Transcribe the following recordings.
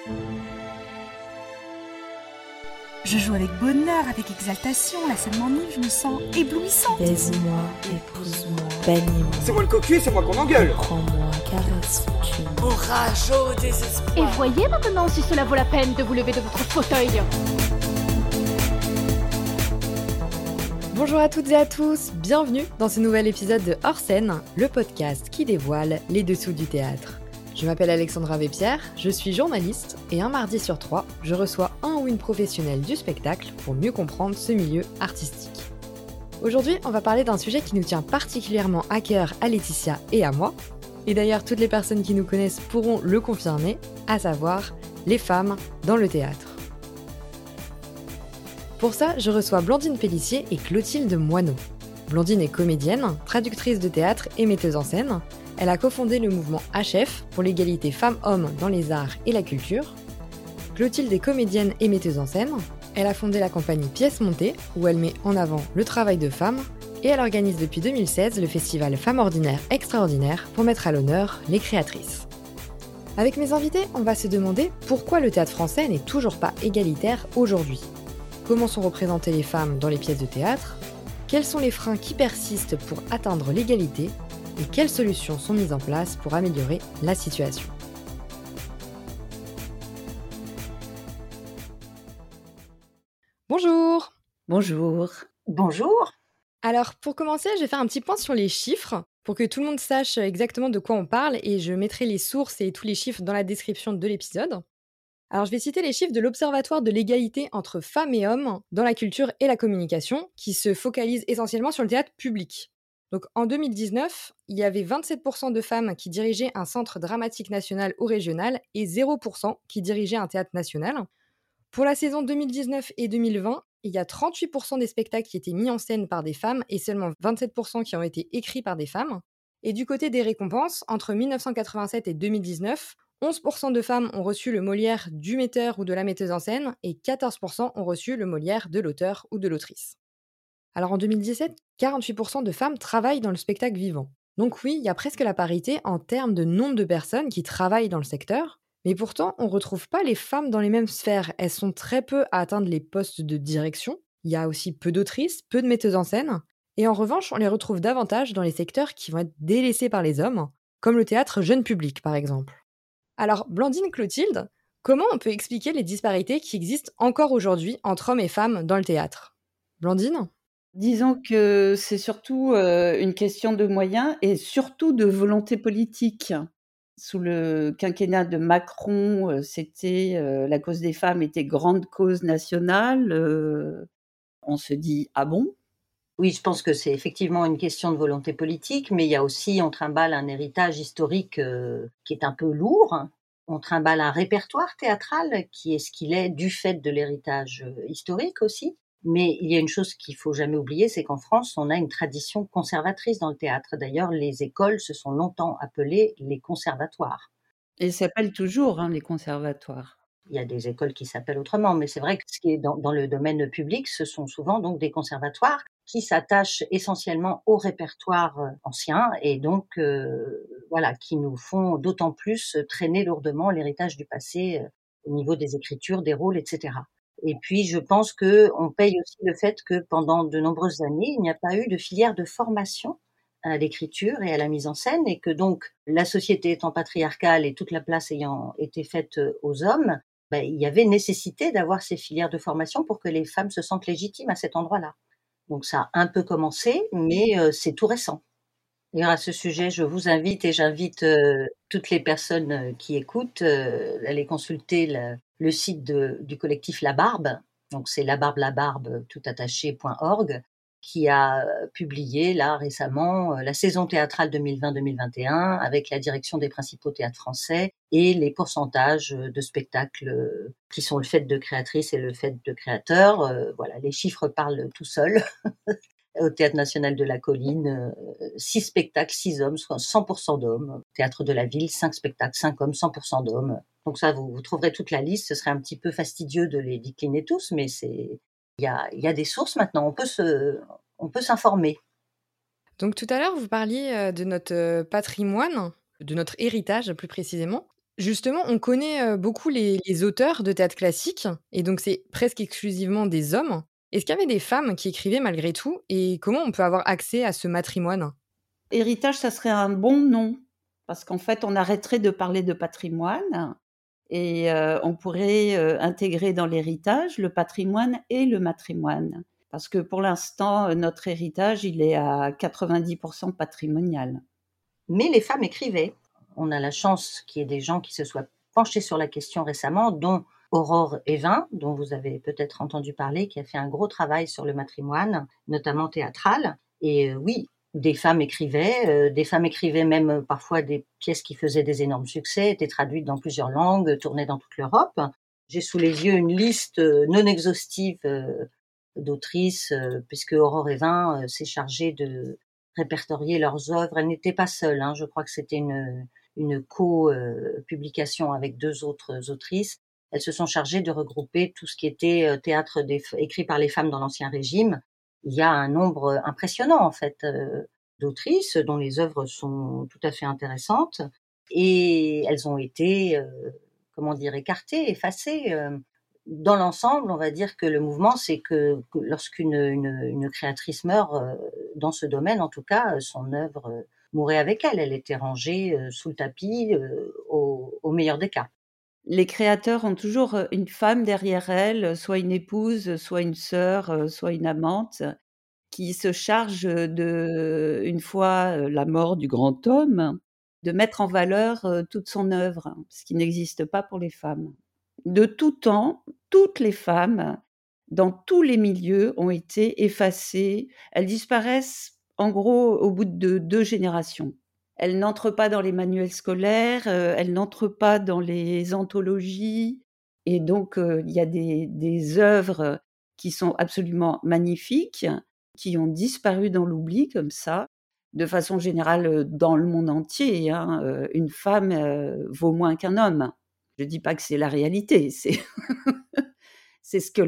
Je joue avec bonheur, avec exaltation, la scène m'enivre, je me sens éblouissante. Baise-moi, épouse-moi, bannis-moi. C'est moi le cocu, c'est moi qu'on engueule. Prends-moi, caresse-moi. Orage au désespoir. Et voyez maintenant si cela vaut la peine de vous lever de votre fauteuil. Bonjour à toutes et à tous, bienvenue dans ce nouvel épisode de Hors Scène, le podcast qui dévoile les dessous du théâtre. Je m'appelle Alexandra Vépierre, je suis journaliste et un mardi sur 3, je reçois un ou une professionnelle du spectacle pour mieux comprendre ce milieu artistique. Aujourd'hui, on va parler d'un sujet qui nous tient particulièrement à cœur à Laetitia et à moi, et d'ailleurs toutes les personnes qui nous connaissent pourront le confirmer, à savoir les femmes dans le théâtre. Pour ça, je reçois Blandine Pellissier et Clotilde Moineau. Blandine est comédienne, traductrice de théâtre et metteuse en scène. Elle a cofondé le mouvement HF pour l'égalité femmes-hommes dans les arts et la culture. Clotilde est comédienne et metteuse en scène. Elle a fondé la compagnie Pièces Montées, où elle met en avant le travail de femmes. Et elle organise depuis 2016 le festival Femmes Ordinaires Extraordinaires pour mettre à l'honneur les créatrices. Avec mes invités, on va se demander pourquoi le théâtre français n'est toujours pas égalitaire aujourd'hui. Comment sont représentées les femmes dans les pièces de théâtre ? Quels sont les freins qui persistent pour atteindre l'égalité ? Et quelles solutions sont mises en place pour améliorer la situation ? Bonjour ! Bonjour. Bonjour. Alors, pour commencer, je vais faire un petit point sur les chiffres pour que tout le monde sache exactement de quoi on parle et je mettrai les sources et tous les chiffres dans la description de l'épisode. Alors, je vais citer les chiffres de l'Observatoire de l'égalité entre femmes et hommes dans la culture et la communication qui se focalise essentiellement sur le théâtre public. Donc, en 2019, il y avait 27% de femmes qui dirigeaient un centre dramatique national ou régional et 0% qui dirigeaient un théâtre national. Pour la saison 2019 et 2020, il y a 38% des spectacles qui étaient mis en scène par des femmes et seulement 27% qui ont été écrits par des femmes. Et du côté des récompenses, entre 1987 et 2019, 11% de femmes ont reçu le Molière du metteur ou de la metteuse en scène et 14% ont reçu le Molière de l'auteur ou de l'autrice. Alors en 2017, 48% de femmes travaillent dans le spectacle vivant. Donc oui, il y a presque la parité en termes de nombre de personnes qui travaillent dans le secteur, mais pourtant on ne retrouve pas les femmes dans les mêmes sphères. Elles sont très peu à atteindre les postes de direction, il y a aussi peu d'autrices, peu de metteuses en scène, et en revanche on les retrouve davantage dans les secteurs qui vont être délaissés par les hommes, comme le théâtre jeune public par exemple. Alors Blandine Clotilde, comment on peut expliquer les disparités qui existent encore aujourd'hui entre hommes et femmes dans le théâtre ? Blandine ? Disons que c'est surtout une question de moyens et surtout de volonté politique. Sous le quinquennat de Macron, la cause des femmes était grande cause nationale. On se dit « ah bon ?» Oui, je pense que c'est effectivement une question de volonté politique, mais il y a aussi, on trimballe un héritage historique qui est un peu lourd. On trimballe un répertoire théâtral qui est ce qu'il est du fait de l'héritage historique aussi. Mais il y a une chose qu'il faut jamais oublier, c'est qu'en France, on a une tradition conservatrice dans le théâtre. D'ailleurs, les écoles se sont longtemps appelées les conservatoires. Et ça s'appelle toujours les conservatoires. Il y a des écoles qui s'appellent autrement, mais c'est vrai que ce qui est dans le domaine public, ce sont souvent donc des conservatoires qui s'attachent essentiellement au répertoire ancien et donc qui nous font d'autant plus traîner lourdement l'héritage du passé au niveau des écritures, des rôles, etc. Et puis, je pense qu'on paye aussi le fait que pendant de nombreuses années, il n'y a pas eu de filière de formation à l'écriture et à la mise en scène et que donc, la société étant patriarcale et toute la place ayant été faite aux hommes, il y avait nécessité d'avoir ces filières de formation pour que les femmes se sentent légitimes à cet endroit-là. Donc, ça a un peu commencé, mais c'est tout récent. D'ailleurs, à ce sujet, je vous invite et j'invite toutes les personnes qui écoutent à aller consulter le site du collectif La Barbe. Donc, c'est labarbe toutattaché.org qui a publié là récemment la saison théâtrale 2020-2021 avec la direction des principaux théâtres français et les pourcentages de spectacles qui sont le fait de créatrices et le fait de créateurs. Les chiffres parlent tout seuls. Au Théâtre National de la Colline, 6 spectacles, 6 hommes, soit 100% d'hommes. Théâtre de la Ville, 5 spectacles, 5 hommes, 100% d'hommes. Donc ça, vous trouverez toute la liste. Ce serait un petit peu fastidieux de les décliner tous, mais il y a des sources maintenant. On peut s'informer. Donc tout à l'heure, vous parliez de notre patrimoine, de notre héritage plus précisément. Justement, on connaît, beaucoup les auteurs de théâtre classique et donc c'est presque exclusivement des hommes. Est-ce qu'il y avait des femmes qui écrivaient malgré tout et comment on peut avoir accès à ce matrimoine? Héritage, ça serait un bon nom parce qu'en fait, on arrêterait de parler de patrimoine et on pourrait, intégrer dans l'héritage le patrimoine et le matrimoine. Parce que pour l'instant, notre héritage, il est à 90 patrimonial. Mais les femmes écrivaient. On a la chance qu'il y ait des gens qui se soient penchés sur la question récemment, dont Aurore Évin, dont vous avez peut-être entendu parler, qui a fait un gros travail sur le matrimoine, notamment théâtral. Et oui, des femmes écrivaient même parfois des pièces qui faisaient des énormes succès, étaient traduites dans plusieurs langues, tournées dans toute l'Europe. J'ai sous les yeux une liste non exhaustive d'autrices, puisque Aurore Évin s'est chargée de répertorier leurs œuvres. Elle n'était pas seule, hein, je crois que c'était une co-publication avec 2 autres autrices. Elles se sont chargées de regrouper tout ce qui était théâtre écrit par les femmes dans l'Ancien Régime. Il y a un nombre impressionnant, en fait, d'autrices dont les œuvres sont tout à fait intéressantes et elles ont été, écartées, effacées. Dans l'ensemble, on va dire que le mouvement, c'est que lorsqu'une une créatrice meurt, dans ce domaine, en tout cas, son œuvre mourait avec elle. Elle était rangée sous le tapis, au meilleur des cas. Les créateurs ont toujours, une femme derrière elles, soit une épouse, soit une sœur, soit une amante, qui se charge, de une fois, la mort du grand homme, de mettre en valeur, toute son œuvre, ce qui n'existe pas pour les femmes. De tout temps, toutes les femmes, dans tous les milieux, ont été effacées. Elles disparaissent, en gros, au bout de 2 générations. Elles n'entrent pas dans les manuels scolaires, elles n'entrent pas dans les anthologies et donc il y a des œuvres qui sont absolument magnifiques, qui ont disparu dans l'oubli comme ça. De façon générale, dans le monde entier, hein, une femme, vaut moins qu'un homme. Je dis pas que c'est la réalité, c'est c'est ce que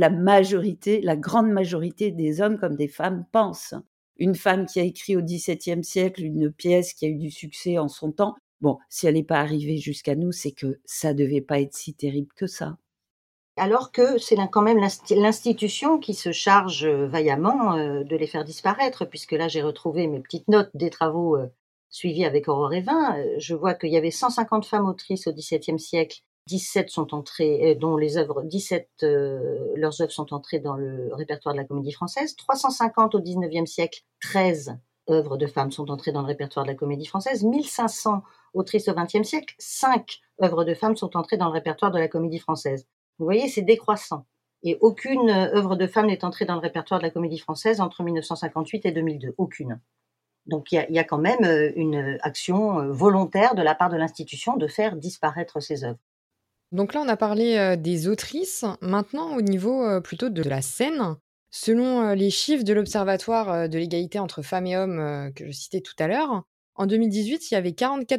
la grande majorité des hommes comme des femmes pensent. Une femme qui a écrit au XVIIe siècle une pièce qui a eu du succès en son temps, bon, si elle n'est pas arrivée jusqu'à nous, c'est que ça devait pas être si terrible que ça. Alors que c'est quand même l'institution qui se charge vaillamment de les faire disparaître, puisque là j'ai retrouvé mes petites notes des travaux suivis avec Aurore Évin. Je vois qu'il y avait 150 femmes autrices au XVIIe siècle, 17 sont entrées, dont les œuvres, 17 leurs œuvres sont entrées dans le répertoire de la Comédie Française. 350 au XIXe siècle, 13 œuvres de femmes sont entrées dans le répertoire de la Comédie Française. 1500 autrices au XXe siècle, 5 œuvres de femmes sont entrées dans le répertoire de la Comédie Française. Vous voyez, c'est décroissant. Et aucune œuvre de femme n'est entrée dans le répertoire de la Comédie Française entre 1958 et 2002. Aucune. Donc il y a quand même une action volontaire de la part de l'institution de faire disparaître ces œuvres. Donc là, on a parlé, des autrices. Maintenant, au niveau, plutôt de la scène, selon, les chiffres de l'Observatoire, de l'égalité entre femmes et hommes, que je citais tout à l'heure, en 2018, il y avait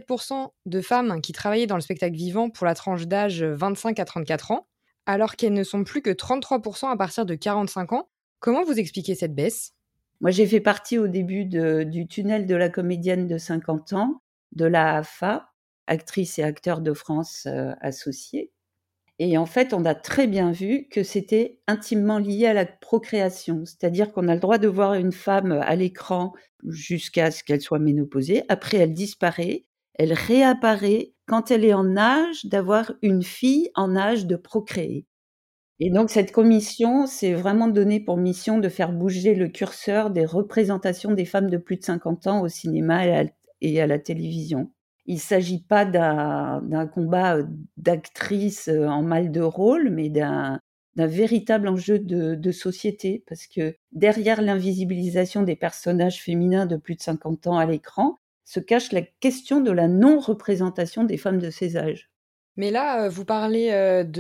44 de femmes qui travaillaient dans le spectacle vivant pour la tranche d'âge, 25 à 34 ans, alors qu'elles ne sont plus que 33 à partir de 45 ans. Comment vous expliquez cette baisse? Moi, j'ai fait partie au début du tunnel de la comédienne de 50 ans, de la AFA, actrice et acteur de France associés. Et en fait, on a très bien vu que c'était intimement lié à la procréation. C'est-à-dire qu'on a le droit de voir une femme à l'écran jusqu'à ce qu'elle soit ménopausée. Après, elle disparaît. Elle réapparaît quand elle est en âge d'avoir une fille en âge de procréer. Et donc, cette commission s'est vraiment donnée pour mission de faire bouger le curseur des représentations des femmes de plus de 50 ans au cinéma et à la télévision. Il ne s'agit pas d'un combat d'actrices en mal de rôle, mais d'un véritable enjeu de société, parce que derrière l'invisibilisation des personnages féminins de plus de 50 ans à l'écran, se cache la question de la non-représentation des femmes de ces âges. Mais là, vous parlez,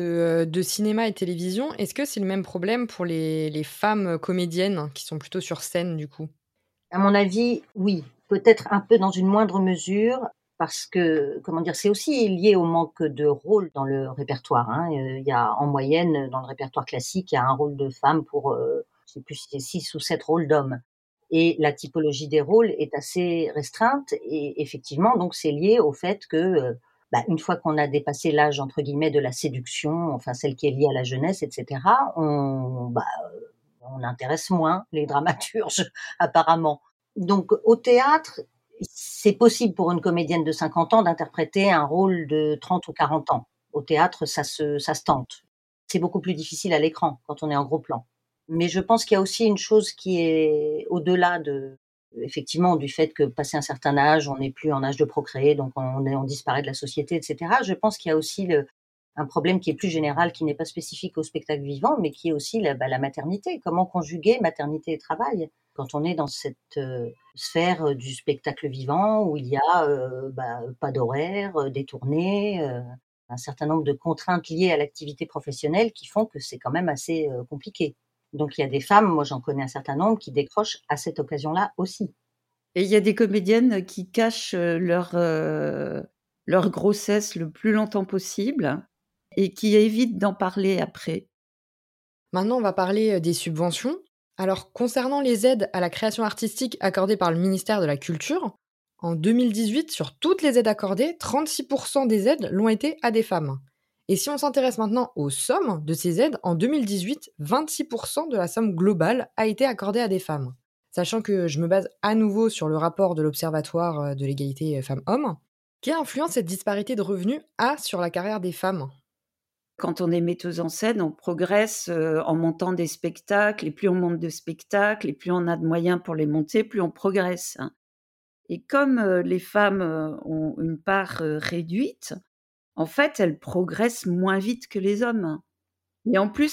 de cinéma et télévision. Est-ce que c'est le même problème pour les femmes comédiennes qui sont plutôt sur scène, du coup? À mon avis, oui. Peut-être un peu dans une moindre mesure, parce que, c'est aussi lié au manque de rôle dans le répertoire, hein. Il y a en moyenne, dans le répertoire classique, il y a un rôle de femme pour, je sais plus si c'est 6 ou 7 rôles d'hommes. Et la typologie des rôles est assez restreinte et effectivement, donc c'est lié au fait que, une fois qu'on a dépassé l'âge entre guillemets de la séduction, enfin celle qui est liée à la jeunesse, et cetera, on intéresse moins les dramaturges apparemment. Donc au théâtre, c'est possible pour une comédienne de 50 ans d'interpréter un rôle de 30 ou 40 ans. Au théâtre, ça se tente. C'est beaucoup plus difficile à l'écran quand on est en gros plan. Mais je pense qu'il y a aussi une chose qui est au-delà effectivement, du fait que passé un certain âge, on n'est plus en âge de procréer, donc on disparaît de la société, et cetera. Je pense qu'il y a aussi un problème qui est plus général, qui n'est pas spécifique au spectacle vivant, mais qui est aussi la maternité. Comment conjuguer maternité et travail quand on est dans cette sphère du spectacle vivant où il y a pas d'horaire détourné, un certain nombre de contraintes liées à l'activité professionnelle qui font que c'est quand même assez compliqué. Donc il y a des femmes, moi j'en connais un certain nombre, qui décrochent à cette occasion-là aussi. Et il y a des comédiennes qui cachent leur grossesse le plus longtemps possible et qui évitent d'en parler après. Maintenant, on va parler des subventions. Alors, concernant les aides à la création artistique accordées par le ministère de la Culture, en 2018, sur toutes les aides accordées, 36% des aides l'ont été à des femmes. Et si on s'intéresse maintenant aux sommes de ces aides, en 2018, 26% de la somme globale a été accordée à des femmes. Sachant que je me base à nouveau sur le rapport de l'Observatoire de l'égalité femmes-hommes, quelle influence cette disparité de revenus a sur la carrière des femmes ? Quand on est metteuse en scène, on progresse en montant des spectacles, et plus on monte de spectacles, et plus on a de moyens pour les monter, plus on progresse. Et comme les femmes ont une part réduite, en fait, elles progressent moins vite que les hommes. Et en plus,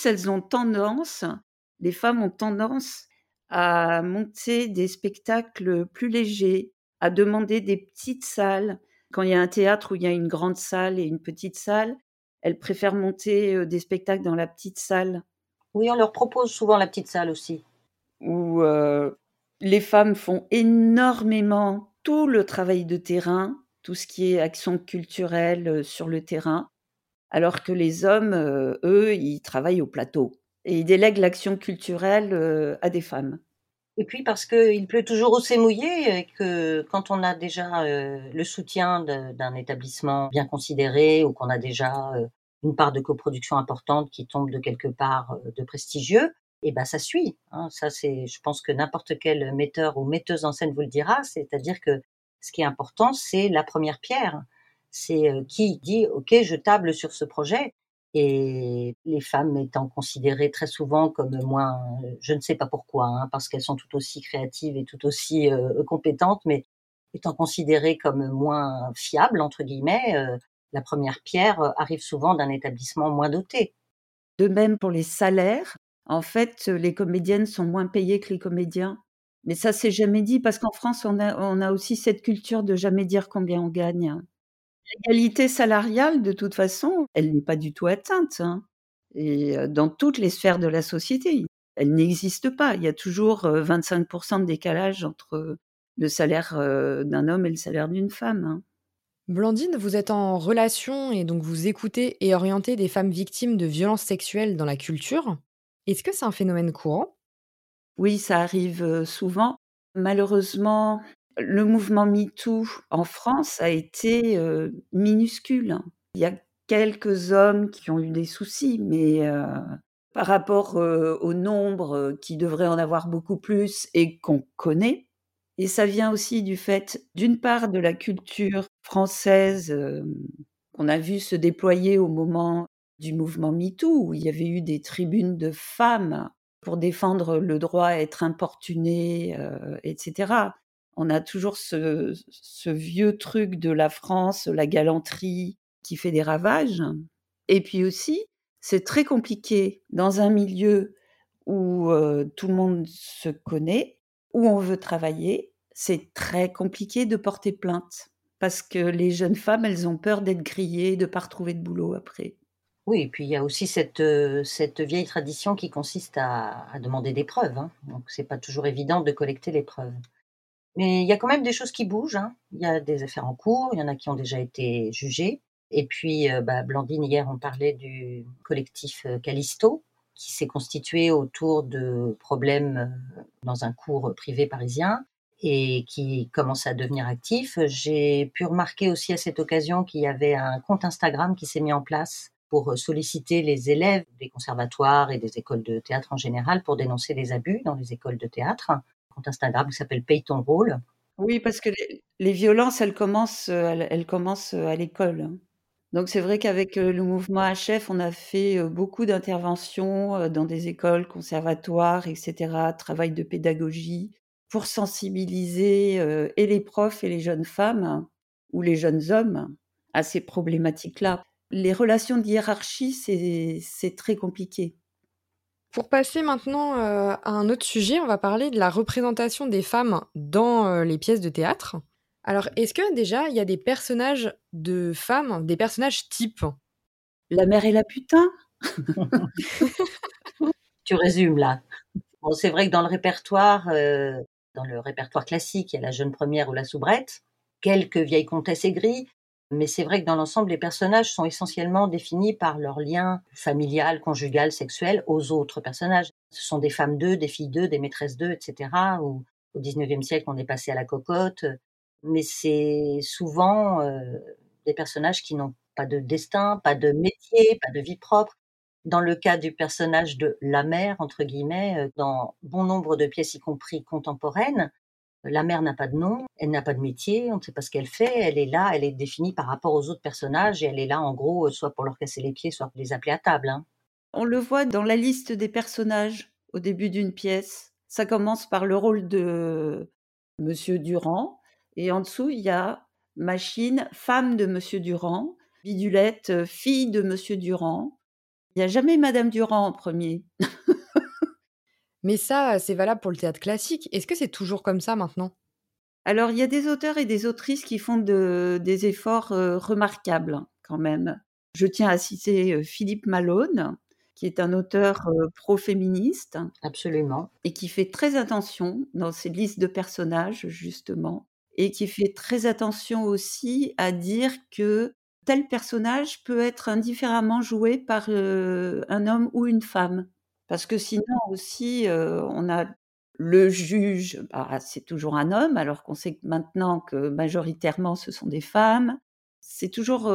les femmes ont tendance à monter des spectacles plus légers, à demander des petites salles. Quand il y a un théâtre où il y a une grande salle et une petite salle, elles préfèrent monter des spectacles dans la petite salle. Oui, on leur propose souvent la petite salle aussi. Où les femmes font énormément tout le travail de terrain, tout ce qui est action culturelle sur le terrain, alors que les hommes, eux, ils travaillent au plateau et ils délèguent l'action culturelle à des femmes. Et puis parce qu'il pleut toujours au s'est mouillé et que quand on a déjà le soutien d'un établissement bien considéré ou qu'on a déjà une part de coproduction importante qui tombe de quelque part de prestigieux, et ça suit. Ça, je pense que n'importe quel metteur ou metteuse en scène vous le dira, c'est-à-dire que ce qui est important, c'est la première pierre. C'est qui dit « Ok, je table sur ce projet ». Et les femmes étant considérées très souvent comme moins, je ne sais pas pourquoi, parce qu'elles sont tout aussi créatives et tout aussi compétentes, mais étant considérées comme moins fiables, entre guillemets, la première pierre arrive souvent d'un établissement moins doté. De même pour les salaires, en fait, les comédiennes sont moins payées que les comédiens. Mais ça, c'est jamais dit parce qu'en France, on a aussi cette culture de jamais dire combien on gagne. L'égalité salariale, de toute façon, elle n'est pas du tout atteinte, et dans toutes les sphères de la société. Elle n'existe pas. Il y a toujours 25% de décalage entre le salaire d'un homme et le salaire d'une femme. Blandine, vous êtes en relation et donc vous écoutez et orientez des femmes victimes de violences sexuelles dans la culture. Est-ce que c'est un phénomène courant ? Oui, ça arrive souvent. Malheureusement, le mouvement MeToo en France a été minuscule. Il y a quelques hommes qui ont eu des soucis, mais par rapport au nombre qui devrait en avoir beaucoup plus et qu'on connaît. Et ça vient aussi du fait, d'une part, de la culture française qu'on a vu se déployer au moment du mouvement MeToo, où il y avait eu des tribunes de femmes pour défendre le droit à être importuné, etc. On a toujours ce vieux truc de la France, la galanterie qui fait des ravages. Et puis aussi, c'est très compliqué dans un milieu où tout le monde se connaît, où on veut travailler. C'est très compliqué de porter plainte parce que les jeunes femmes, elles ont peur d'être grillées, de ne pas retrouver de boulot après. Oui, et puis il y a aussi cette vieille tradition qui consiste à demander des preuves. Donc c'est pas toujours évident de collecter les preuves. Mais il y a quand même des choses qui bougent. Il y a des affaires en cours, il y en a qui ont déjà été jugées. Et puis, Blandine, hier, on parlait du collectif Callisto, qui s'est constitué autour de problèmes dans un cours privé parisien. et qui commence à devenir actif. J'ai pu remarquer aussi à cette occasion qu'il y avait un compte Instagram qui s'est mis en place pour solliciter les élèves des conservatoires et des écoles de théâtre en général pour dénoncer les abus dans les écoles de théâtre. Un compte Instagram qui s'appelle Paye ton rôle. Oui, parce que les violences, elles commencent à l'école, hein. Donc c'est vrai qu'avec le mouvement HF, on a fait beaucoup d'interventions dans des écoles, conservatoires, etc., travail de pédagogie, pour sensibiliser et les profs et les jeunes femmes ou les jeunes hommes à ces problématiques-là. Les relations de hiérarchie, c'est très compliqué. Pour passer maintenant à un autre sujet, on va parler de la représentation des femmes dans les pièces de théâtre. Alors, est-ce que déjà, il y a des personnages de femmes, des personnages types? La mère et la putain. Tu résumes là. Bon, c'est vrai que dans le répertoire classique, il y a la jeune première ou la soubrette, quelques vieilles comtesses aigries, mais c'est vrai que dans l'ensemble, les personnages sont essentiellement définis par leur lien familial, conjugal, sexuel aux autres personnages. Ce sont des femmes d'eux, des filles d'eux, des maîtresses d'eux, etc. Ou au XIXe siècle, on est passé à la cocotte, mais c'est souvent des personnages qui n'ont pas de destin, pas de métier, pas de vie propre. Dans le cas du personnage de «la mère» entre guillemets, dans bon nombre de pièces, y compris contemporaines, la mère n'a pas de nom, elle n'a pas de métier, on ne sait pas ce qu'elle fait, elle est là, elle est définie par rapport aux autres personnages et elle est là en gros, soit pour leur casser les pieds, soit pour les appeler à table, hein. On le voit dans la liste des personnages au début d'une pièce. Ça commence par le rôle de Monsieur Durand et en dessous, il y a Machine, femme de Monsieur Durand, Bidulette, fille de Monsieur Durand. Il n'y a jamais Madame Durand en premier. Mais ça, c'est valable pour le théâtre classique. Est-ce que c'est toujours comme ça maintenant? Alors, il y a des auteurs et des autrices qui font des efforts remarquables quand même. Je tiens à citer Philippe Malone, qui est un auteur pro-féministe Absolument. et qui fait très attention dans ses listes de personnages, justement, et qui fait très attention aussi à dire que tel personnage peut être indifféremment joué par un homme ou une femme. Parce que sinon aussi, on a le juge, bah, c'est toujours un homme, alors qu'on sait que maintenant que majoritairement ce sont des femmes. C'est toujours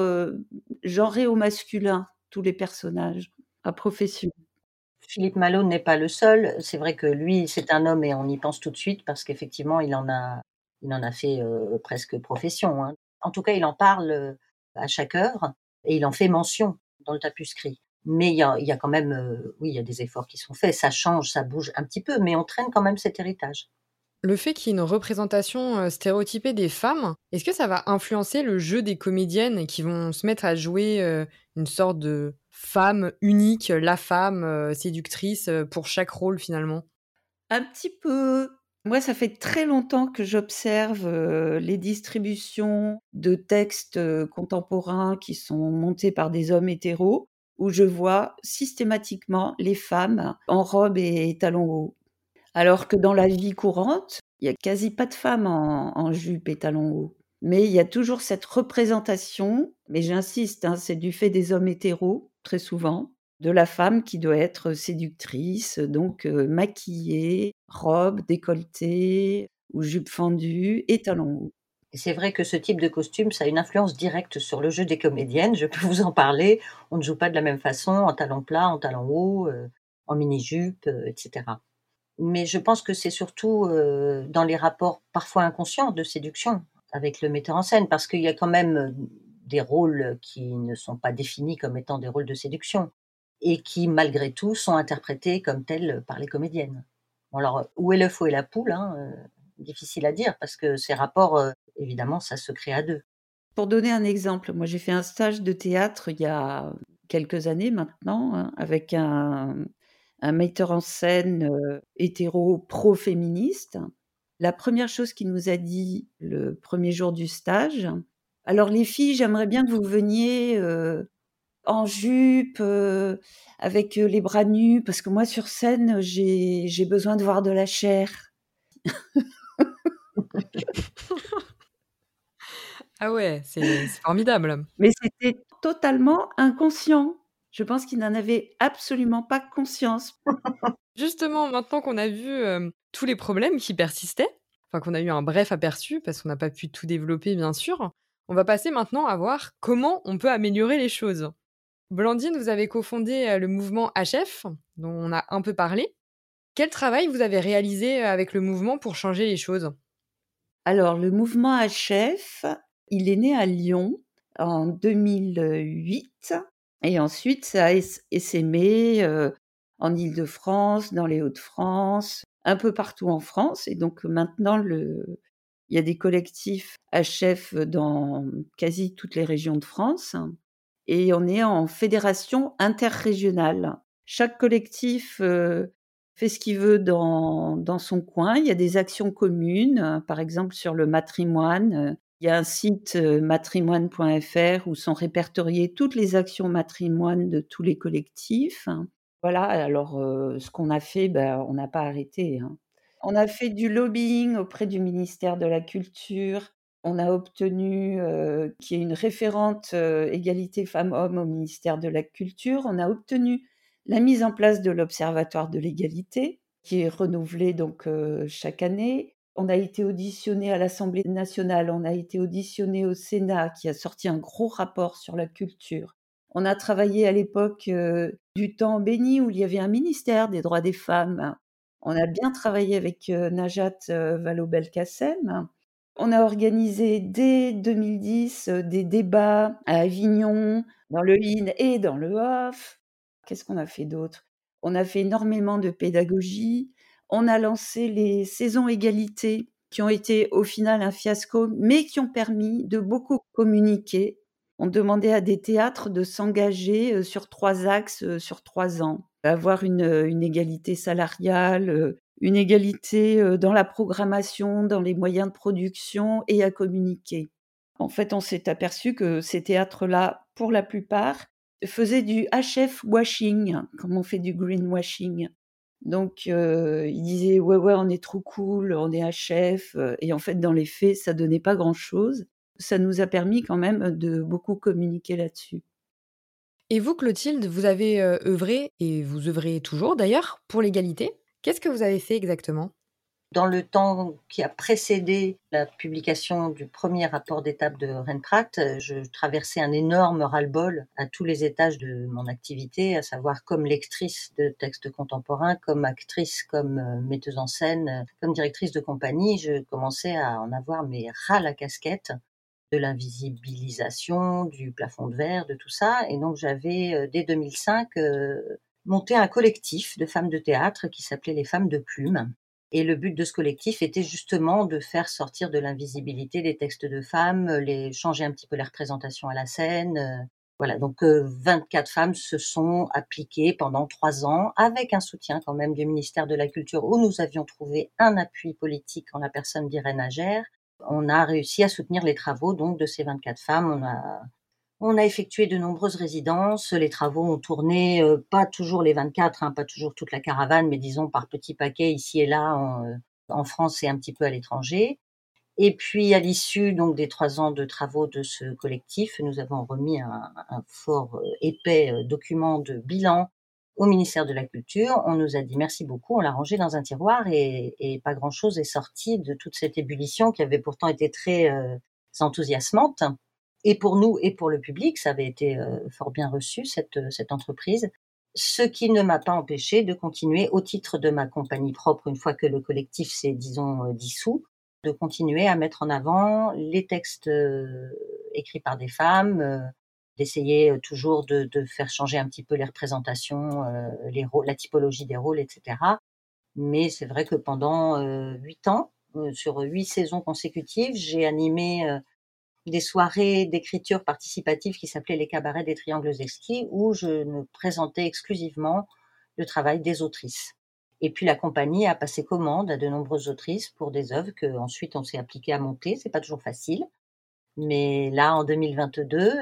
genré au masculin, tous les personnages, à profession. Philippe Malone n'est pas le seul. C'est vrai que lui, c'est un homme et on y pense tout de suite parce qu'effectivement, il en a fait, presque profession, hein. En tout cas, il en parle, à chaque heure et il en fait mention dans le Tapuscrit. Mais il y a quand même, oui, il y a des efforts qui sont faits. Ça change, ça bouge un petit peu, mais on traîne quand même cet héritage. Le fait qu'il y ait une représentation stéréotypée des femmes, est-ce que ça va influencer le jeu des comédiennes qui vont se mettre à jouer une sorte de femme unique, la femme séductrice pour chaque rôle finalement? Un petit peu. Moi, ça fait très longtemps que j'observe les distributions de textes contemporains qui sont montés par des hommes hétéros, où je vois systématiquement les femmes en robe et talons hauts. Alors que dans la vie courante, il y a quasi pas de femmes en jupe et talons hauts. Mais il y a toujours cette représentation, mais j'insiste, hein, c'est du fait des hommes hétéros, très souvent, de la femme qui doit être séductrice, donc maquillée, robe, décolleté ou jupe fendue et talons hauts. Et c'est vrai que ce type de costume, ça a une influence directe sur le jeu des comédiennes. Je peux vous en parler. On ne joue pas de la même façon en talons plats, en talons hauts, en mini-jupe, etc. Mais je pense que c'est surtout, dans les rapports parfois inconscients de séduction avec le metteur en scène, parce qu'il y a quand même, des rôles qui ne sont pas définis comme étant des rôles de séduction et qui, malgré tout, sont interprétés comme tels par les comédiennes. Bon alors, où est l'œuf, où est la poule, hein, difficile à dire parce que ces rapports, évidemment, ça se crée à 2. Pour donner un exemple, moi j'ai fait un stage de théâtre il y a quelques années maintenant, hein, avec un metteur en scène hétéro pro-féministe. La première chose qu'il nous a dit le premier jour du stage: alors les filles, j'aimerais bien que vous veniez en jupe, avec les bras nus, parce que moi sur scène, j'ai besoin de voir de la chair. Ah ouais, c'est formidable. Mais c'était totalement inconscient. Je pense qu'il n'en avait absolument pas conscience. Justement, maintenant qu'on a vu tous les problèmes qui persistaient, enfin qu'on a eu un bref aperçu parce qu'on n'a pas pu tout développer bien sûr. On va passer maintenant à voir comment on peut améliorer les choses. Blandine, vous avez cofondé le mouvement HF, dont on a un peu parlé. Quel travail vous avez réalisé avec le mouvement pour changer les choses? Alors, le mouvement HF, il est né à Lyon en 2008 et ensuite ça a essaimé en Île-de-France, dans les Hauts-de-France, un peu partout en France. Et donc maintenant, il y a des collectifs HF dans quasi toutes les régions de France et on est en fédération interrégionale. Chaque collectif fait ce qu'il veut dans son coin. Il y a des actions communes, par exemple sur le matrimoine. Il y a un site matrimoine.fr où sont répertoriées toutes les actions matrimoine de tous les collectifs. Voilà, alors ce qu'on a fait, on n'a pas arrêté. On a fait du lobbying auprès du ministère de la Culture. On a obtenu qu'il y ait une référente égalité femmes-hommes au ministère de la Culture. On a obtenu la mise en place de l'Observatoire de l'égalité, qui est renouvelé donc chaque année. On a été auditionné à l'Assemblée nationale, on a été auditionné au Sénat, qui a sorti un gros rapport sur la culture. On a travaillé à l'époque du temps béni, où il y avait un ministère des droits des femmes. On a bien travaillé avec Najat Vallaud-Belkacem. On a organisé dès 2010 des débats à Avignon, dans le IN et dans le OFF. Qu'est-ce qu'on a fait d'autre? On a fait énormément de pédagogie. On a lancé les saisons égalité, qui ont été au final un fiasco, mais qui ont permis de beaucoup communiquer. On demandait à des théâtres de s'engager sur 3 axes, sur 3 ans. Avoir une égalité salariale, une égalité dans la programmation, dans les moyens de production et à communiquer. En fait, on s'est aperçu que ces théâtres-là, pour la plupart, faisaient du HF washing, comme on fait du greenwashing. Donc, ils disaient ouais, on est trop cool, on est HF, et en fait, dans les faits, ça donnait pas grand-chose. Ça nous a permis quand même de beaucoup communiquer là-dessus. Et vous, Clotilde, vous avez œuvré, et vous œuvrez toujours d'ailleurs, pour l'égalité. Qu'est-ce que vous avez fait exactement? Dans le temps qui a précédé la publication du premier rapport d'étape de Remprat, je traversais un énorme ras-le-bol à tous les étages de mon activité, à savoir comme lectrice de textes contemporains, comme actrice, comme metteuse en scène, comme directrice de compagnie. Je commençais à en avoir mais ras la casquette de l'invisibilisation, du plafond de verre, de tout ça. Et donc j'avais, dès 2005, monté un collectif de femmes de théâtre qui s'appelait les Femmes de Plume. Et le but de ce collectif était justement de faire sortir de l'invisibilité des textes de femmes, changer un petit peu les représentations à la scène. Voilà, donc 24 femmes se sont appliquées pendant 3 ans, avec un soutien quand même du ministère de la Culture, où nous avions trouvé un appui politique en la personne d'Irène Agère. On a réussi à soutenir les travaux donc de ces 24 femmes. On a effectué de nombreuses résidences. Les travaux ont tourné, pas toujours les 24, pas toujours toute la caravane, mais disons par petits paquets ici et là en France et un petit peu à l'étranger. Et puis à l'issue donc des 3 ans de travaux de ce collectif, nous avons remis un fort épais document de bilan au ministère de la Culture. On nous a dit merci beaucoup, on l'a rangé dans un tiroir et pas grand-chose est sorti de toute cette ébullition qui avait pourtant été très enthousiasmante. Et pour nous et pour le public, ça avait été fort bien reçu, cette entreprise. Ce qui ne m'a pas empêché de continuer au titre de ma compagnie propre, une fois que le collectif s'est, disons, dissous, de continuer à mettre en avant les textes écrits par des femmes, d'essayer toujours de faire changer un petit peu les représentations, les rôles, la typologie des rôles, etc. Mais c'est vrai que pendant 8 ans, sur 8 saisons consécutives, j'ai animé des soirées d'écriture participative qui s'appelaient les cabarets des triangles exquis, où je ne présentais exclusivement le travail des autrices. Et puis la compagnie a passé commande à de nombreuses autrices pour des œuvres qu'ensuite on s'est appliqué à monter. C'est pas toujours facile. Mais là, en 2022,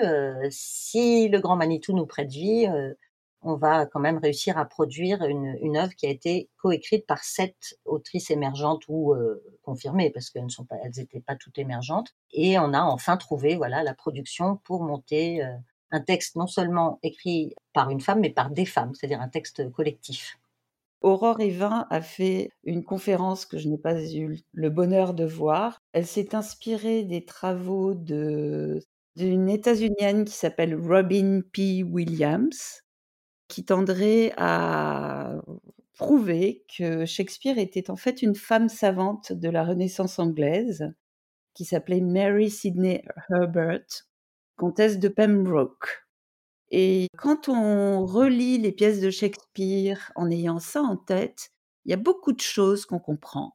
si le Grand Manitou nous prête vie, on va quand même réussir à produire une œuvre qui a été coécrite par 7 autrices émergentes ou confirmées, parce qu'elles n'étaient pas toutes émergentes. Et on a enfin trouvé la production pour monter un texte non seulement écrit par une femme, mais par des femmes, c'est-à-dire un texte collectif. Aurore Evin a fait une conférence que je n'ai pas eu le bonheur de voir. Elle s'est inspirée des travaux d'une États-Unienne qui s'appelle Robin P. Williams, qui tendrait à prouver que Shakespeare était en fait une femme savante de la Renaissance anglaise, qui s'appelait Mary Sidney Herbert, comtesse de Pembroke. Et quand on relit les pièces de Shakespeare en ayant ça en tête, il y a beaucoup de choses qu'on comprend.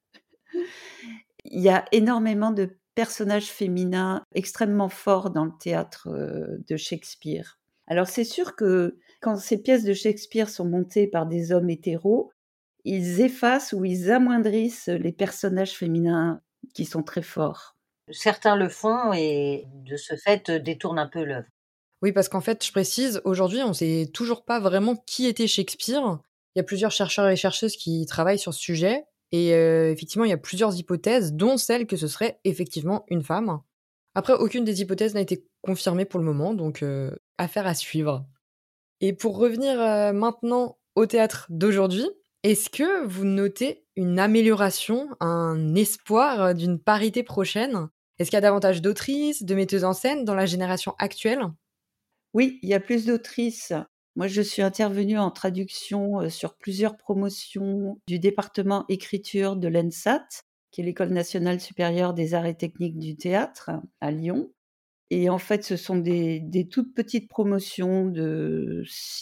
Il y a énormément de personnages féminins extrêmement forts dans le théâtre de Shakespeare. Alors c'est sûr que quand ces pièces de Shakespeare sont montées par des hommes hétéros, ils effacent ou ils amoindrissent les personnages féminins qui sont très forts. Certains le font et de ce fait détournent un peu l'œuvre. Oui, parce qu'en fait, je précise, aujourd'hui, on sait toujours pas vraiment qui était Shakespeare. Il y a plusieurs chercheurs et chercheuses qui travaillent sur ce sujet et effectivement, il y a plusieurs hypothèses, dont celle que ce serait effectivement une femme. Après, aucune des hypothèses n'a été confirmée pour le moment, donc affaire à suivre. Et pour revenir maintenant au théâtre d'aujourd'hui, est-ce que vous notez une amélioration, un espoir d'une parité prochaine? Est-ce qu'il y a davantage d'autrices, de metteuses en scène dans la génération actuelle? Oui, il y a plus d'autrices. Moi, je suis intervenue en traduction sur plusieurs promotions du département écriture de l'ENSAT, qui est l'École nationale supérieure des arts et techniques du théâtre à Lyon. Et en fait, ce sont des toutes petites promotions de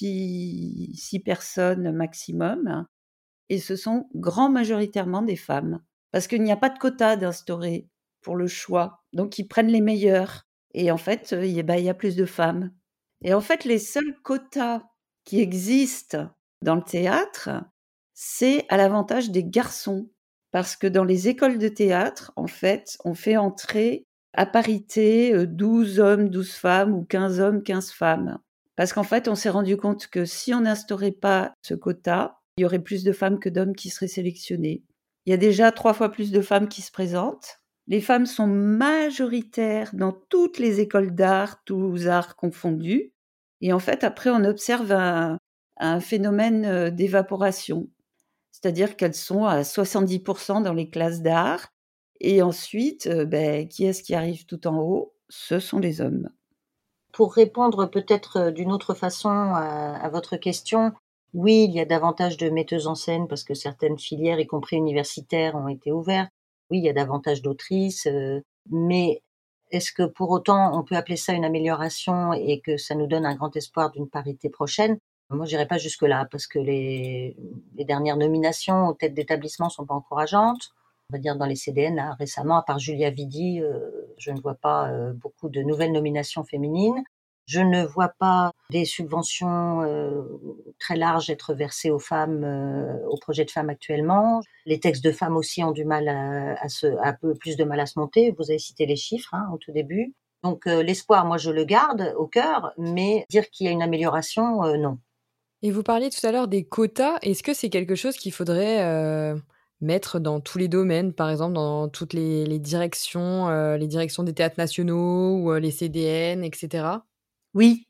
6 personnes maximum. Et ce sont grand majoritairement des femmes. Parce qu'il n'y a pas de quota d'instaurer pour le choix. Donc, ils prennent les meilleurs. Et en fait, il y a plus de femmes. Et en fait, les seuls quotas qui existent dans le théâtre, c'est à l'avantage des garçons. Parce que dans les écoles de théâtre, en fait, on fait entrer à parité 12 hommes, 12 femmes ou 15 hommes, 15 femmes. Parce qu'en fait, on s'est rendu compte que si on n'instaurait pas ce quota, il y aurait plus de femmes que d'hommes qui seraient sélectionnées. Il y a déjà 3 fois plus de femmes qui se présentent. Les femmes sont majoritaires dans toutes les écoles d'art, tous arts confondus. Et en fait, après, on observe un phénomène d'évaporation. C'est-à-dire qu'elles sont à 70% dans les classes d'art. Et ensuite, qui est-ce qui arrive tout en haut? Ce sont les hommes. Pour répondre peut-être d'une autre façon à votre question, oui, il y a davantage de metteuses en scène parce que certaines filières, y compris universitaires, ont été ouvertes. Oui, il y a davantage d'autrices, mais est-ce que pour autant on peut appeler ça une amélioration et que ça nous donne un grand espoir d'une parité prochaine? Moi, j'irai pas jusque-là parce que les dernières nominations aux têtes d'établissement sont pas encourageantes. On va dire dans les CDN, là, récemment, à part Julia Vidy, je ne vois pas beaucoup de nouvelles nominations féminines. Je ne vois pas des subventions très larges être versées aux femmes, aux projets de femmes actuellement. Les textes de femmes aussi ont du mal un peu plus de mal à se monter. Vous avez cité les chiffres au tout début. Donc l'espoir, moi, je le garde au cœur, mais dire qu'il y a une amélioration, non. Et vous parliez tout à l'heure des quotas. Est-ce que c'est quelque chose qu'il faudrait mettre dans tous les domaines, par exemple dans toutes les directions des théâtres nationaux ou les CDN, etc. Oui.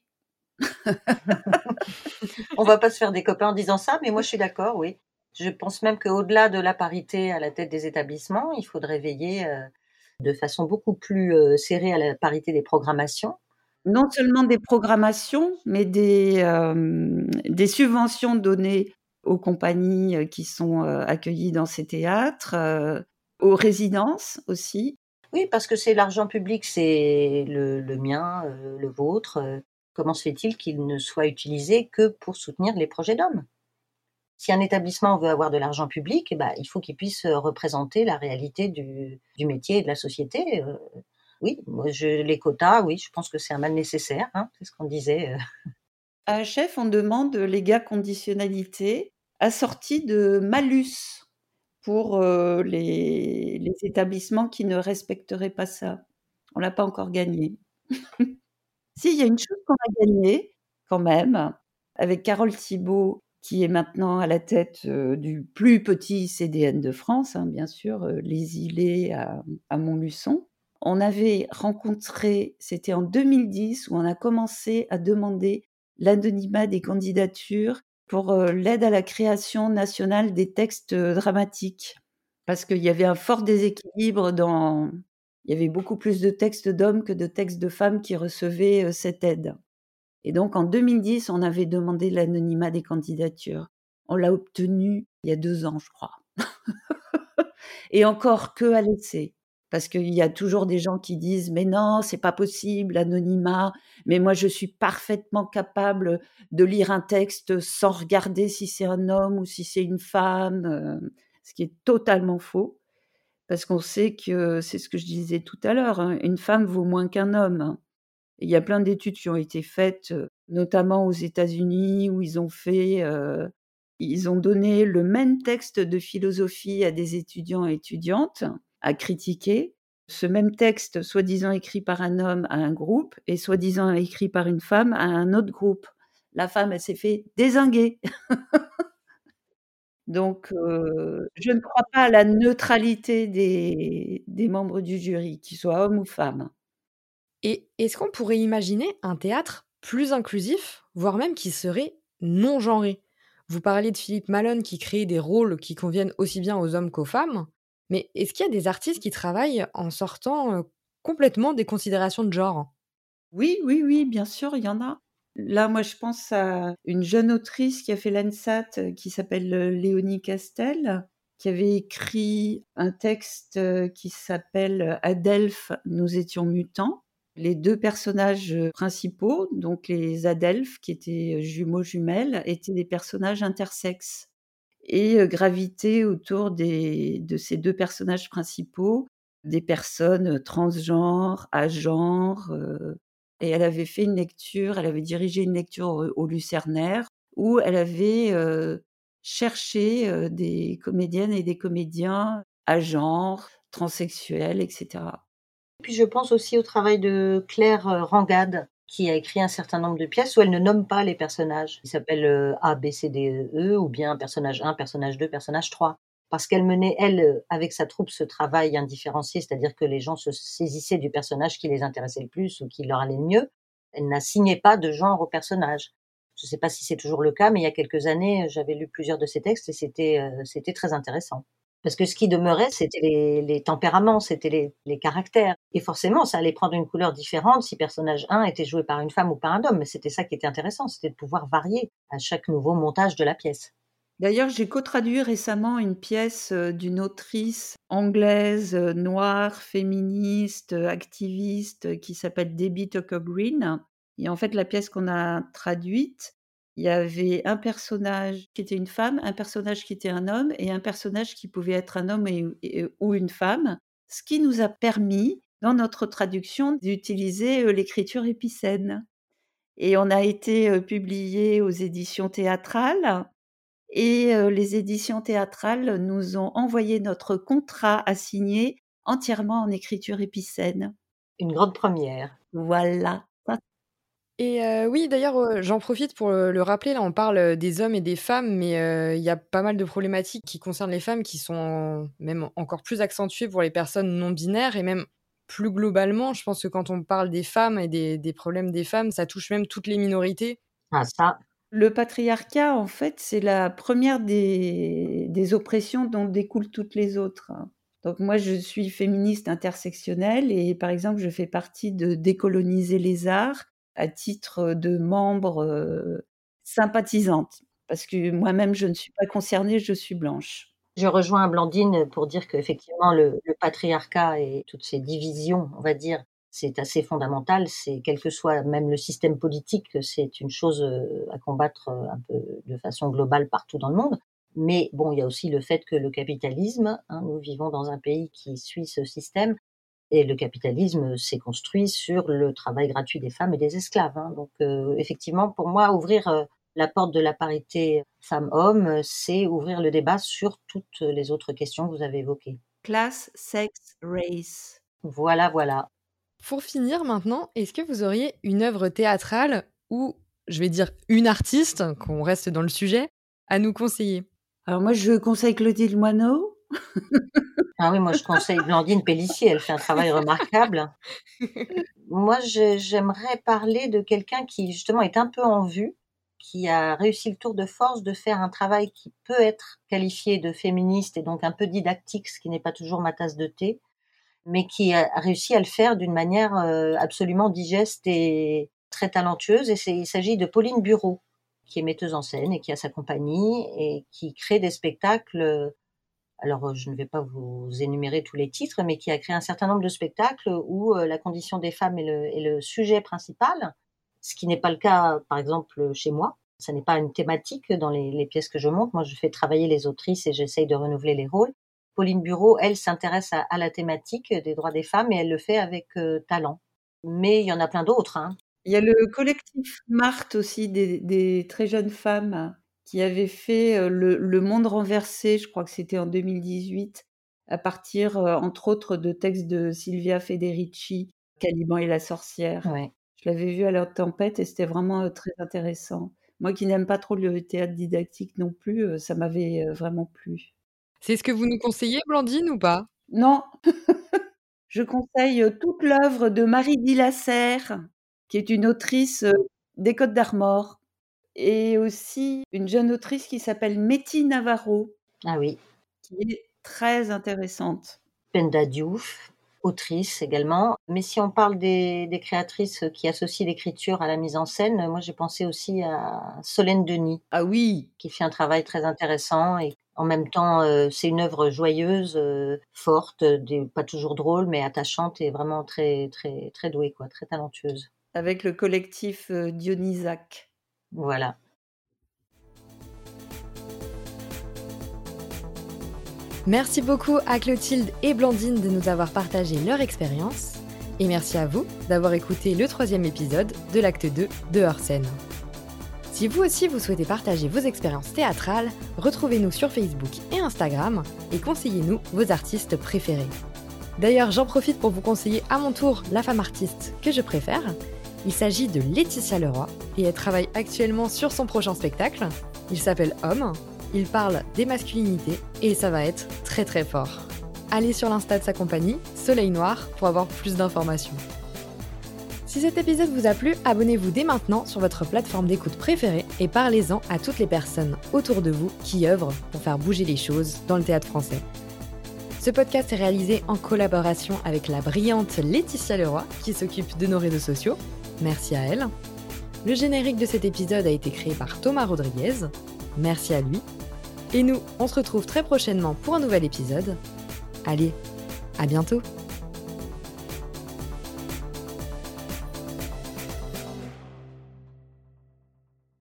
On va pas se faire des copains en disant ça, mais moi je suis d'accord, oui. Je pense même qu'au-delà de la parité à la tête des établissements, il faudrait veiller de façon beaucoup plus serrée à la parité des programmations. Non seulement des programmations, mais des subventions données aux compagnies qui sont accueillies dans ces théâtres, aux résidences aussi. Oui, parce que c'est l'argent public, c'est le mien, le vôtre. Comment se fait-il qu'il ne soit utilisé que pour soutenir les projets d'hommes? Si un établissement veut avoir de l'argent public, il faut qu'il puisse représenter la réalité du métier et de la société. Oui, moi les quotas, oui, je pense que c'est un mal nécessaire, c'est ce qu'on disait. À HF, on demande les conditionnalité assorties de malus pour les établissements qui ne respecteraient pas ça. On l'a pas encore gagné. Si, il y a une chose qu'on a gagnée quand même, avec Carole Thibault, qui est maintenant à la tête du plus petit CDN de France, bien sûr, Les Îlets à Montluçon. On avait rencontré, c'était en 2010, où on a commencé à demander l'anonymat des candidatures pour l'aide à la création nationale des textes dramatiques. Parce qu'il y avait un fort déséquilibre dans... Il y avait beaucoup plus de textes d'hommes que de textes de femmes qui recevaient cette aide. Et donc en 2010, on avait demandé l'anonymat des candidatures. On l'a obtenu il y a 2 ans, je crois. Et encore que à l'essai. Parce qu'il y a toujours des gens qui disent « Mais non, c'est pas possible, l'anonymat. Mais moi, je suis parfaitement capable de lire un texte sans regarder si c'est un homme ou si c'est une femme. » Ce qui est totalement faux. Parce qu'on sait que, c'est ce que je disais tout à l'heure, hein, une femme vaut moins qu'un homme. Hein. Il y a plein d'études qui ont été faites, notamment aux États-Unis, où ils ont donné le même texte de philosophie à des étudiants et étudiantes à critiquer. Ce même texte, soi-disant écrit par un homme à un groupe et soi-disant écrit par une femme à un autre groupe. La femme, elle s'est fait dézinguer. Donc, je ne crois pas à la neutralité des membres du jury, qu'ils soient hommes ou femmes. Et est-ce qu'on pourrait imaginer un théâtre plus inclusif, voire même qui serait non genré? Vous parliez de Philippe Malone qui crée des rôles qui conviennent aussi bien aux hommes qu'aux femmes, mais est-ce qu'il y a des artistes qui travaillent en sortant complètement des considérations de genre? Oui, oui, oui, bien sûr, il y en a. Là, moi, je pense à une jeune autrice qui a fait l'ANSAT, qui s'appelle Léonie Castel, qui avait écrit un texte qui s'appelle Adelphes, nous étions mutants. Les 2 personnages principaux, donc les adelphes, qui étaient jumeaux jumelles, étaient des personnages intersexes et gravitaient autour de ces 2 personnages principaux, des personnes transgenres, agenres. Et elle avait fait une lecture, elle avait dirigé une lecture au Lucernaire où elle avait cherché des comédiennes et des comédiens agenres, transsexuels, etc. Puis je pense aussi au travail de Claire Rangad, qui a écrit un certain nombre de pièces où elle ne nomme pas les personnages. Ils s'appellent A, B, C, D, E, ou bien personnage 1, personnage 2, personnage 3. Parce qu'elle menait, elle, avec sa troupe, ce travail indifférencié, c'est-à-dire que les gens se saisissaient du personnage qui les intéressait le plus ou qui leur allait le mieux. Elle n'assignait pas de genre au personnage. Je ne sais pas si c'est toujours le cas, mais il y a quelques années, j'avais lu plusieurs de ses textes et c'était très intéressant. Parce que ce qui demeurait, c'était les tempéraments, c'était les caractères. Et forcément, ça allait prendre une couleur différente si personnage 1 était joué par une femme ou par un homme. Mais c'était ça qui était intéressant, c'était de pouvoir varier à chaque nouveau montage de la pièce. D'ailleurs, j'ai co-traduit récemment une pièce d'une autrice anglaise, noire, féministe, activiste, qui s'appelle Debbie Tucker-Green. Et en fait, la pièce qu'on a traduite, il y avait un personnage qui était une femme, un personnage qui était un homme et un personnage qui pouvait être un homme ou une femme, ce qui nous a permis, dans notre traduction, d'utiliser l'écriture épicène. Et on a été publié aux éditions théâtrales. Et les éditions théâtrales nous ont envoyé notre contrat à signer entièrement en écriture épicène. Une grande première. Voilà. Et oui, d'ailleurs, j'en profite pour le rappeler, là, on parle des hommes et des femmes, mais il y a pas mal de problématiques qui concernent les femmes qui sont même encore plus accentuées pour les personnes non binaires et même plus globalement, je pense que quand on parle des femmes et des problèmes des femmes, ça touche même toutes les minorités. Ah ça, Le patriarcat, en fait, c'est la première des oppressions dont découlent toutes les autres. Donc moi, je suis féministe intersectionnelle et par exemple, je fais partie de Décoloniser les arts à titre de membre sympathisante. Parce que moi-même, je ne suis pas concernée, je suis blanche. je rejoins Blandine pour dire qu'effectivement le patriarcat et toutes ces divisions, on va dire, c'est assez fondamental. C'est quel que soit même le système politique, c'est une chose à combattre un peu de façon globale partout dans le monde. Mais bon, il y a aussi le fait que le capitalisme, hein, nous vivons dans un pays qui suit ce système, et le capitalisme s'est construit sur le travail gratuit des femmes et des esclaves. Hein. Donc effectivement, pour moi, ouvrir la porte de la parité femmes-hommes, c'est ouvrir le débat sur toutes les autres questions que vous avez évoquées. Classe, sexe, race. Voilà, voilà. Pour finir maintenant, est-ce que vous auriez une œuvre théâtrale ou, je vais dire, une artiste, qu'on reste dans le sujet, à nous conseiller? Alors moi, je conseille Clotilde Moineau. Ah oui, moi je conseille Blandine Pellissier, elle fait un travail remarquable. Moi, j'aimerais parler de quelqu'un qui justement est un peu en vue, qui a réussi le tour de force de faire un travail qui peut être qualifié de féministe et donc un peu didactique, ce qui n'est pas toujours ma tasse de thé, mais qui a réussi à le faire d'une manière absolument digeste et très talentueuse. Et il s'agit de Pauline Bureau, qui est metteuse en scène et qui a sa compagnie et qui crée des spectacles. Alors, je ne vais pas vous énumérer tous les titres, mais qui a créé un certain nombre de spectacles où la condition des femmes est le sujet principal, ce qui n'est pas le cas, par exemple, chez moi. Ça n'est pas une thématique dans les pièces que je monte. Moi, je fais travailler les autrices et j'essaye de renouveler les rôles. Pauline Bureau, elle, s'intéresse à la thématique des droits des femmes et elle le fait avec talent. Mais il y en a plein d'autres, hein. Il y a le collectif Marthe aussi, des très jeunes femmes qui avaient fait le Monde renversé, je crois que c'était en 2018, à partir, entre autres, de textes de Silvia Federici, Caliban et la sorcière. Ouais. Je l'avais vu à l'heure de tempête et c'était vraiment très intéressant. Moi qui n'aime pas trop le théâtre didactique non plus, ça m'avait vraiment plu. C'est ce que vous nous conseillez, Blandine, ou pas? Non, je conseille toute l'œuvre de Marie Dilasserre, qui est une autrice des Côtes d'Armor, et aussi une jeune autrice qui s'appelle Méti Navarro, Ah oui. qui est très intéressante. Penda Diouf, autrice également. Mais si on parle des créatrices qui associent l'écriture à la mise en scène, moi j'ai pensé aussi à Solène Denis, Ah oui, qui fait un travail très intéressant et en même temps, c'est une œuvre joyeuse, forte, pas toujours drôle, mais attachante et vraiment très, très, très douée, quoi, très talentueuse. avec le collectif Dionysac. Voilà. Merci beaucoup à Clotilde et Blandine de nous avoir partagé leur expérience. Et merci à vous d'avoir écouté le 3e épisode de l'acte 2 de Hors Scène. Si vous aussi vous souhaitez partager vos expériences théâtrales, retrouvez-nous sur Facebook et Instagram et conseillez-nous vos artistes préférés. D'ailleurs, j'en profite pour vous conseiller à mon tour la femme artiste que je préfère. Il s'agit de Laetitia Leroy et elle travaille actuellement sur son prochain spectacle. Il s'appelle Homme. Il parle des masculinités et ça va être très très fort. Allez sur l'Insta de sa compagnie, Soleil Noir, pour avoir plus d'informations. Si cet épisode vous a plu, abonnez-vous dès maintenant sur votre plateforme d'écoute préférée et parlez-en à toutes les personnes autour de vous qui œuvrent pour faire bouger les choses dans le théâtre français. Ce podcast est réalisé en collaboration avec la brillante Laetitia Leroy qui s'occupe de nos réseaux sociaux. Merci à elle. Le générique de cet épisode a été créé par Thomas Rodriguez. Merci à lui. Et nous, on se retrouve très prochainement pour un nouvel épisode. Allez, à bientôt!